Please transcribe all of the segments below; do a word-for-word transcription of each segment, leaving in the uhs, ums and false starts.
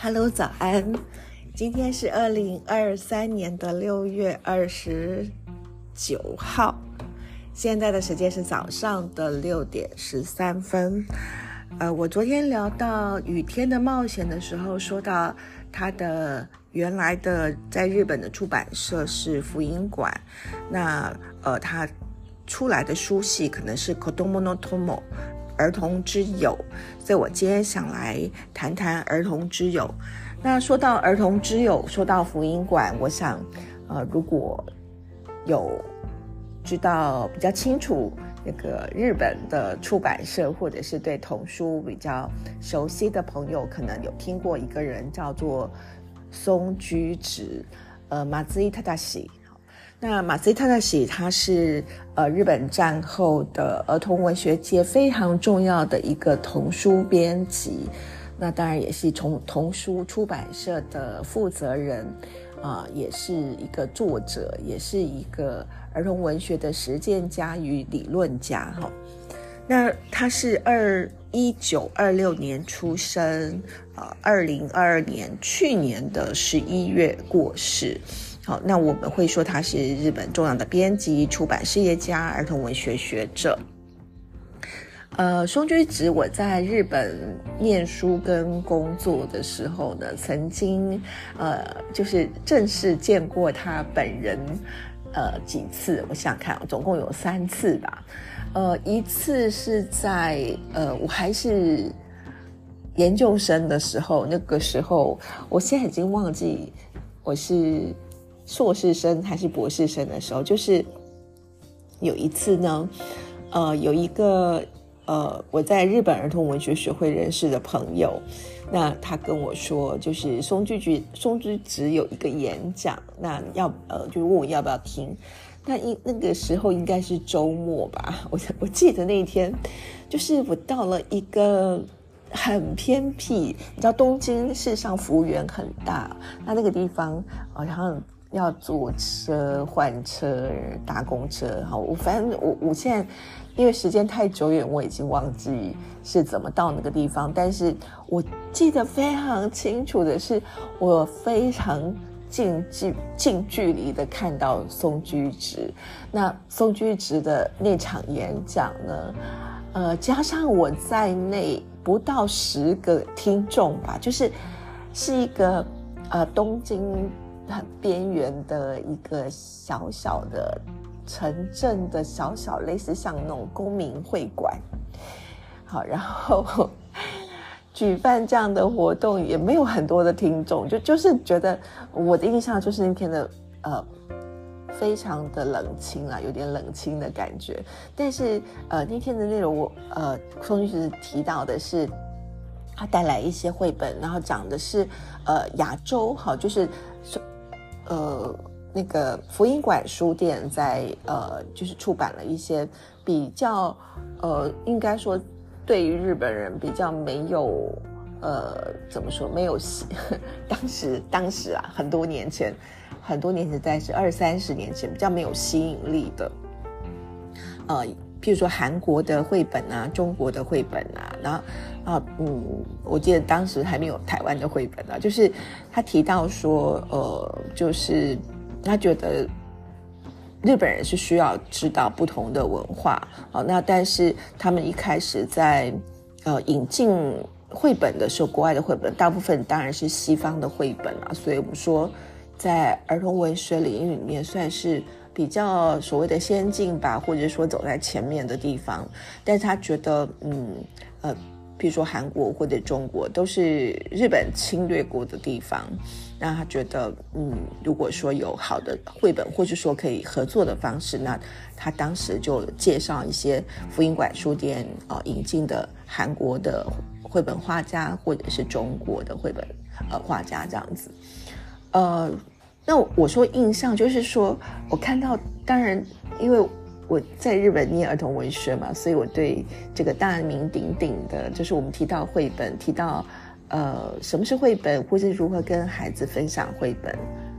Hello， 早安！今天是二零二三年的六月二十九号，现在的时间是早上的六点十三分。呃，我昨天聊到雨天的冒险的时候，说到他的原来的在日本的出版社是福音馆，那呃，他出来的书系可能是 Kodomo no Tomo。儿童之友，所以我今天想来谈谈儿童之友。那说到儿童之友，说到福音馆，我想呃，如果有知道比较清楚那个日本的出版社，或者是对童书比较熟悉的朋友，可能有听过一个人叫做松居直，呃，松井忠喜。那松井忠喜他是呃日本战后的儿童文学界非常重要的一个童书编辑，那当然也是从童书出版社的负责人啊、呃，也是一个作者，也是一个儿童文学的实践家与理论家哈。那他是二一九二六年出生，呃，二零二二年去年的十一月过世。好，那我们会说他是日本重要的编辑、出版事业家、儿童文学学者。呃，松居直我在日本念书跟工作的时候呢，曾经呃就是正式见过他本人呃几次，我想想看，总共有三次吧。呃，一次是在呃我还是研究生的时候，那个时候我现在已经忘记我是硕士生还是博士生的时候，就是有一次呢，呃，有一个呃我在日本儿童文学学会认识的朋友，那他跟我说，就是松居直松居直有一个演讲，那要呃就问我要不要听。那因那个时候应该是周末吧，我我记得那一天，就是我到了一个很偏僻，你知道东京事实上幅员很大，那那个地方好像要坐车换车搭公车，好，我反正我我现在因为时间太久远，我已经忘记是怎么到那个地方，但是我记得非常清楚的是，我非常近距近距离的看到松居直。那松居直的那场演讲呢，呃，加上我在内不到十个听众吧，就是是一个呃东京很边缘的一个小小的城镇的小小类似像那种公民会馆，好，然后举办这样的活动也没有很多的听众，就就是觉得我的印象就是那天的呃非常的冷清啊，有点冷清的感觉。但是呃那天的内容我呃松居直提到的是，他带来一些绘本，然后讲的是呃亚洲，好，就是呃那个福音馆书店在呃就是出版了一些比较呃应该说对于日本人比较没有呃怎么说没有当时当时啊很多年前很多年前大概是二三十年前比较没有吸引力的呃譬如说韩国的绘本啊，中国的绘本啊，然后啊嗯我记得当时还没有台湾的绘本啊，就是他提到说呃就是他觉得日本人是需要知道不同的文化，好，那但是他们一开始在呃引进绘本的时候，国外的绘本大部分当然是西方的绘本啊，所以我们说在儿童文学领域里面算是比较所谓的先进吧，或者说走在前面的地方。但是他觉得嗯呃比如说韩国或者中国都是日本侵略过的地方，那他觉得嗯如果说有好的绘本或是说可以合作的方式，那他当时就介绍一些福音馆书店呃引进的韩国的绘本画家或者是中国的绘本呃画家这样子。呃那我说印象就是说我看到，当然因为我在日本念儿童文学嘛，所以我对这个大名鼎鼎的，就是我们提到绘本，提到呃什么是绘本，或是如何跟孩子分享绘本，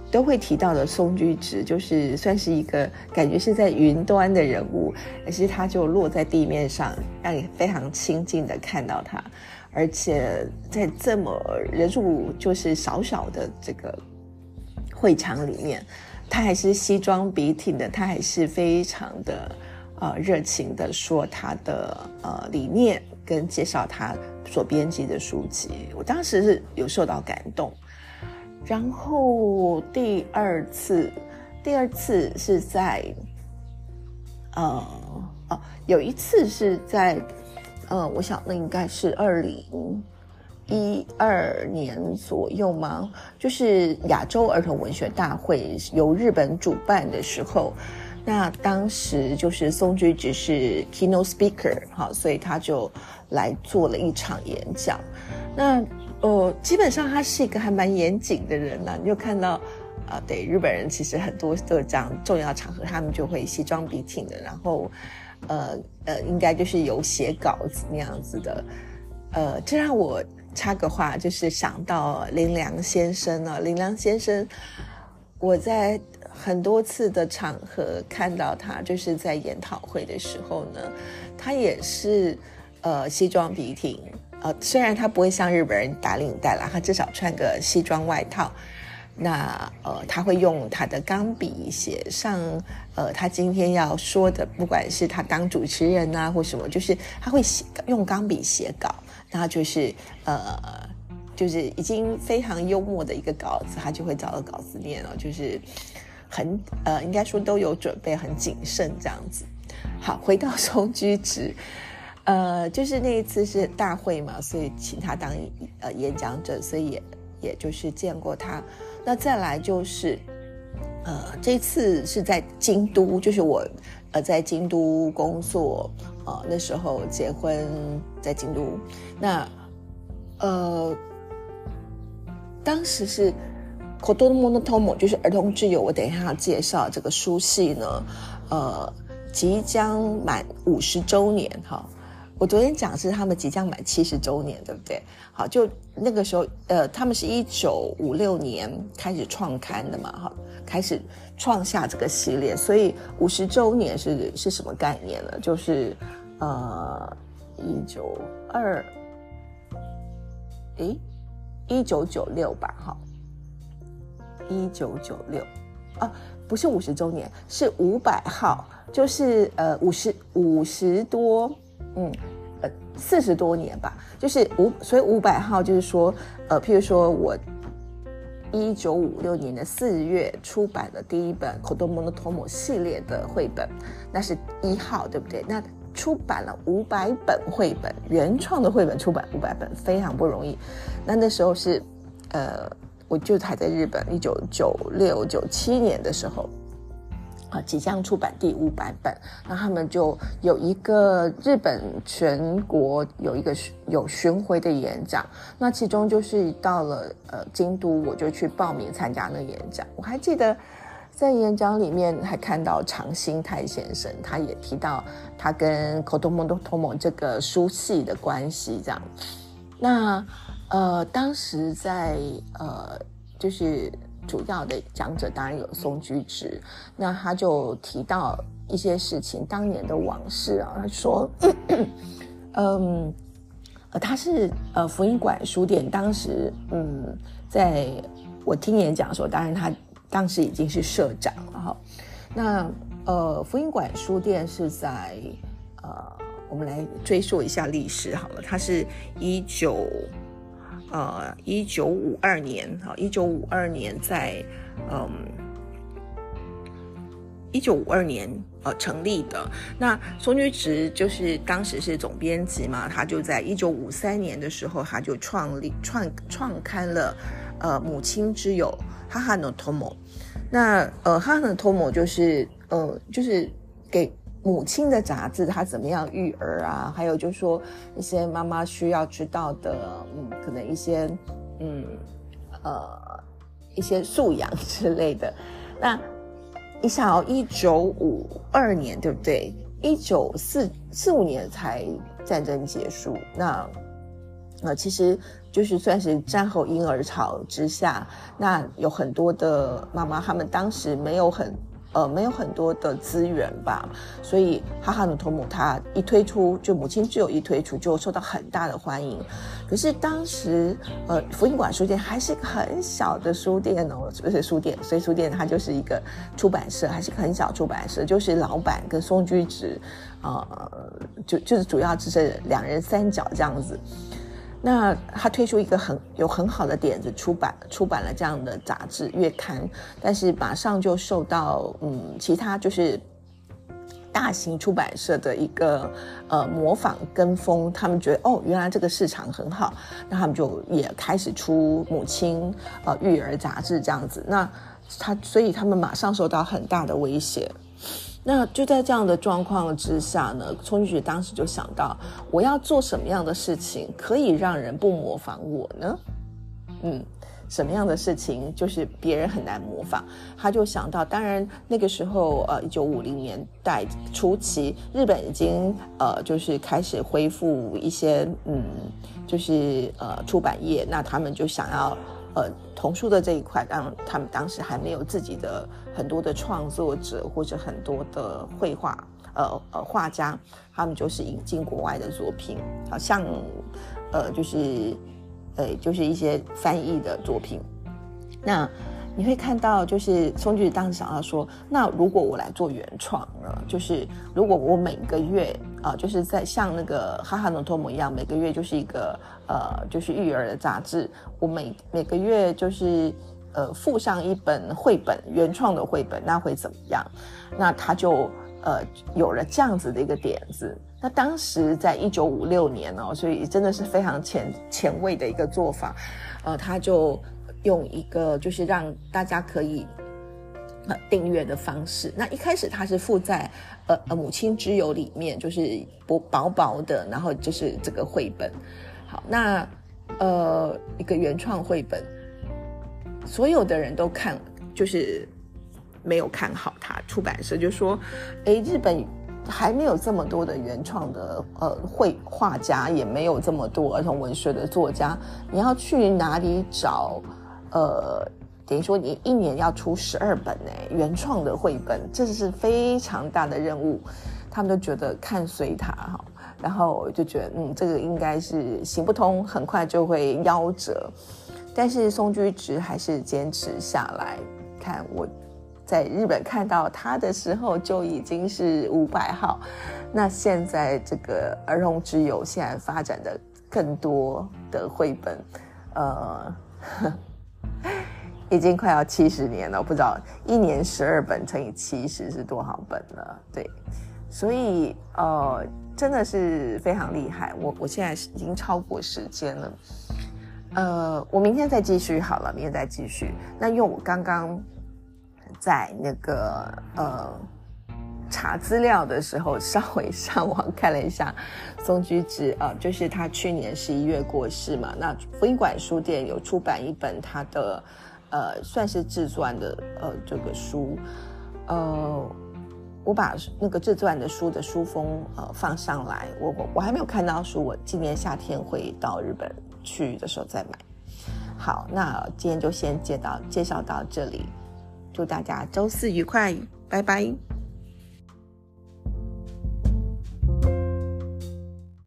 都会提到的松居直，就是算是一个感觉是在云端的人物，而是他就落在地面上，让你非常亲近的看到他，而且在这么人数就是少少的这个会场里面，他还是西装笔挺的，他还是非常的呃热情的说他的呃理念跟介绍他所编辑的书籍，我当时是有受到感动。然后第二次，第二次是在，呃，哦，有一次是在，呃，我想那应该是二零一二年左右吗？就是亚洲儿童文学大会由日本主办的时候，那当时就是松居直是 keynote speaker， 好，所以他就来做了一场演讲。那呃，基本上他是一个还蛮严谨的人啦，你就看到啊、呃，对，日本人其实很多的这样重要场合，他们就会西装笔挺的，然后呃呃，应该就是有写稿子那样子的。呃，这让我插个话，就是想到林良先生啊，林良先生，我在很多次的场合看到他，就是在研讨会的时候呢，他也是呃西装笔挺。呃，虽然他不会像日本人打领带啦，他至少穿个西装外套。那呃，他会用他的钢笔写上呃他今天要说的，不管是他当主持人啊或什么，就是他会写用钢笔写稿，那就是呃就是已经非常幽默的一个稿子，他就会照着稿子念哦，就是很呃应该说都有准备，很谨慎这样子。好，回到松居直。呃，就是那一次是大会嘛，所以请他当呃演讲者，所以也也就是见过他。那再来就是，呃，这次是在京都，就是我呃在京都工作，呃那时候结婚在京都。那呃，当时是子供の友，就是儿童之友。我等一下要介绍这个书系呢，呃，即将满五十周年哈。我昨天讲是他们即将满七十周年，对不对？好，就那个时候，呃，他们是一九五六年开始创刊的嘛，哈，开始创下这个系列，所以五十周年是是什么概念呢？就是呃，一九二，诶，一九九六吧，哈，一九九六啊，不是五十周年，是五百号，就是呃五十五十多。嗯，呃，四十多年吧，就是五，所以五百号就是说，呃，譬如说我一九五六年的四月出版的第一本子供の友系列的绘本，那是一号，对不对？那出版了五百本绘本，原创的绘本出版五百本，非常不容易。那那时候是，呃，我就还在日本，一九九六九七年的时候。啊，即将出版第五百本，那他们就有一个日本全国有一个有巡回的演讲，那其中就是到了呃京都，我就去报名参加那个演讲。我还记得在演讲里面还看到长兴太先生，他也提到他跟子供の友这个书系的关系这样。那呃当时在呃就是主要的讲者当然有松居直，那他就提到一些事情，当年的往事啊。他说，嗯，呃，他是呃福音馆书店，当时嗯，在我听演讲的时候，当然他当时已经是社长了哈。那呃福音馆书店是在呃，我们来追溯一下历史好了，它是一九。呃，一九五二年，好，一九五二年在，嗯，一九五二年呃成立的。那松居直就是当时是总编辑嘛，他就在一九五三年的时候，他就创立创创刊了呃母亲之友母の友。那呃母の友就是呃就是给母亲的杂志，她怎么样育儿啊？还有就是说一些妈妈需要知道的，嗯，可能一些嗯呃一些素养之类的。那你想要一九五二年，对不对？一九四四五年才战争结束。那呃，其实就是算是战后婴儿潮之下，那有很多的妈妈，她们当时没有很呃没有很多的资源吧，所以哈哈努托姆他一推出，就母亲之友一推出就受到很大的欢迎。可是当时呃福音馆书店还是一个很小的书店哦，不是书店，所以书店它就是一个出版社，还是一个很小出版社，就是老板跟松居直呃就就是主要只是两人三角这样子。那他推出一个很有很好的点子，出版出版了这样的杂志月刊，但是马上就受到嗯其他就是大型出版社的一个呃模仿跟风，他们觉得哦原来这个市场很好，那他们就也开始出母亲呃育儿杂志这样子，那他所以他们马上受到很大的威胁。那就在这样的状况之下呢，松居直当时就想到，我要做什么样的事情可以让人不模仿我呢？嗯，什么样的事情就是别人很难模仿？他就想到，当然那个时候，呃，一九五零年代初期，日本已经呃就是开始恢复一些嗯，就是呃出版业，那他们就想要。呃，童书的这一块，当他们当时还没有自己的很多的创作者或者很多的绘画，呃呃画家，他们就是引进国外的作品，好像呃就是呃就是一些翻译的作品。那你会看到，就是松居直当时想要说，那如果我来做原创呢？就是如果我每个月啊、呃，就是在像那个哈哈努托姆一样，每个月就是一个呃，就是育儿的杂志，我每每个月就是呃附上一本绘本，原创的绘本，那会怎么样？那他就呃有了这样子的一个点子。那当时在一九五六年哦，所以真的是非常前前卫的一个做法，呃，他就。用一个就是让大家可以呃订阅的方式，那一开始它是附在呃呃母亲之友里面，就是薄薄的，然后就是这个绘本。好，那呃一个原创绘本，所有的人都看，就是没有看好它。出版社就说，诶，日本还没有这么多的原创的呃绘画家，也没有这么多儿童文学的作家，你要去哪里找？呃，等于说你一年要出十二本呢，原创的绘本，这是非常大的任务。他们都觉得看随他哈，然后就觉得嗯，这个应该是行不通，很快就会夭折。但是松居直还是坚持下来。看我在日本看到他的时候就已经是五百号，那现在这个儿童之友现在发展的更多的绘本，呃。已经快要七十年了，我不知道一年十二本乘以七十是多少本了。对，所以呃，真的是非常厉害。我我现在已经超过时间了，呃，我明天再继续好了，明天再继续。那因为我刚刚在那个呃查资料的时候，稍微上网看了一下松居直，呃，就是他去年十一月过世嘛。那福音馆书店有出版一本他的。呃，算是自传的呃这个书，呃，我把那个自传的书的书封呃放上来，我我我还没有看到书，我今年夏天会到日本去的时候再买。好，那今天就先介绍介绍到这里，祝大家周四愉快，拜拜。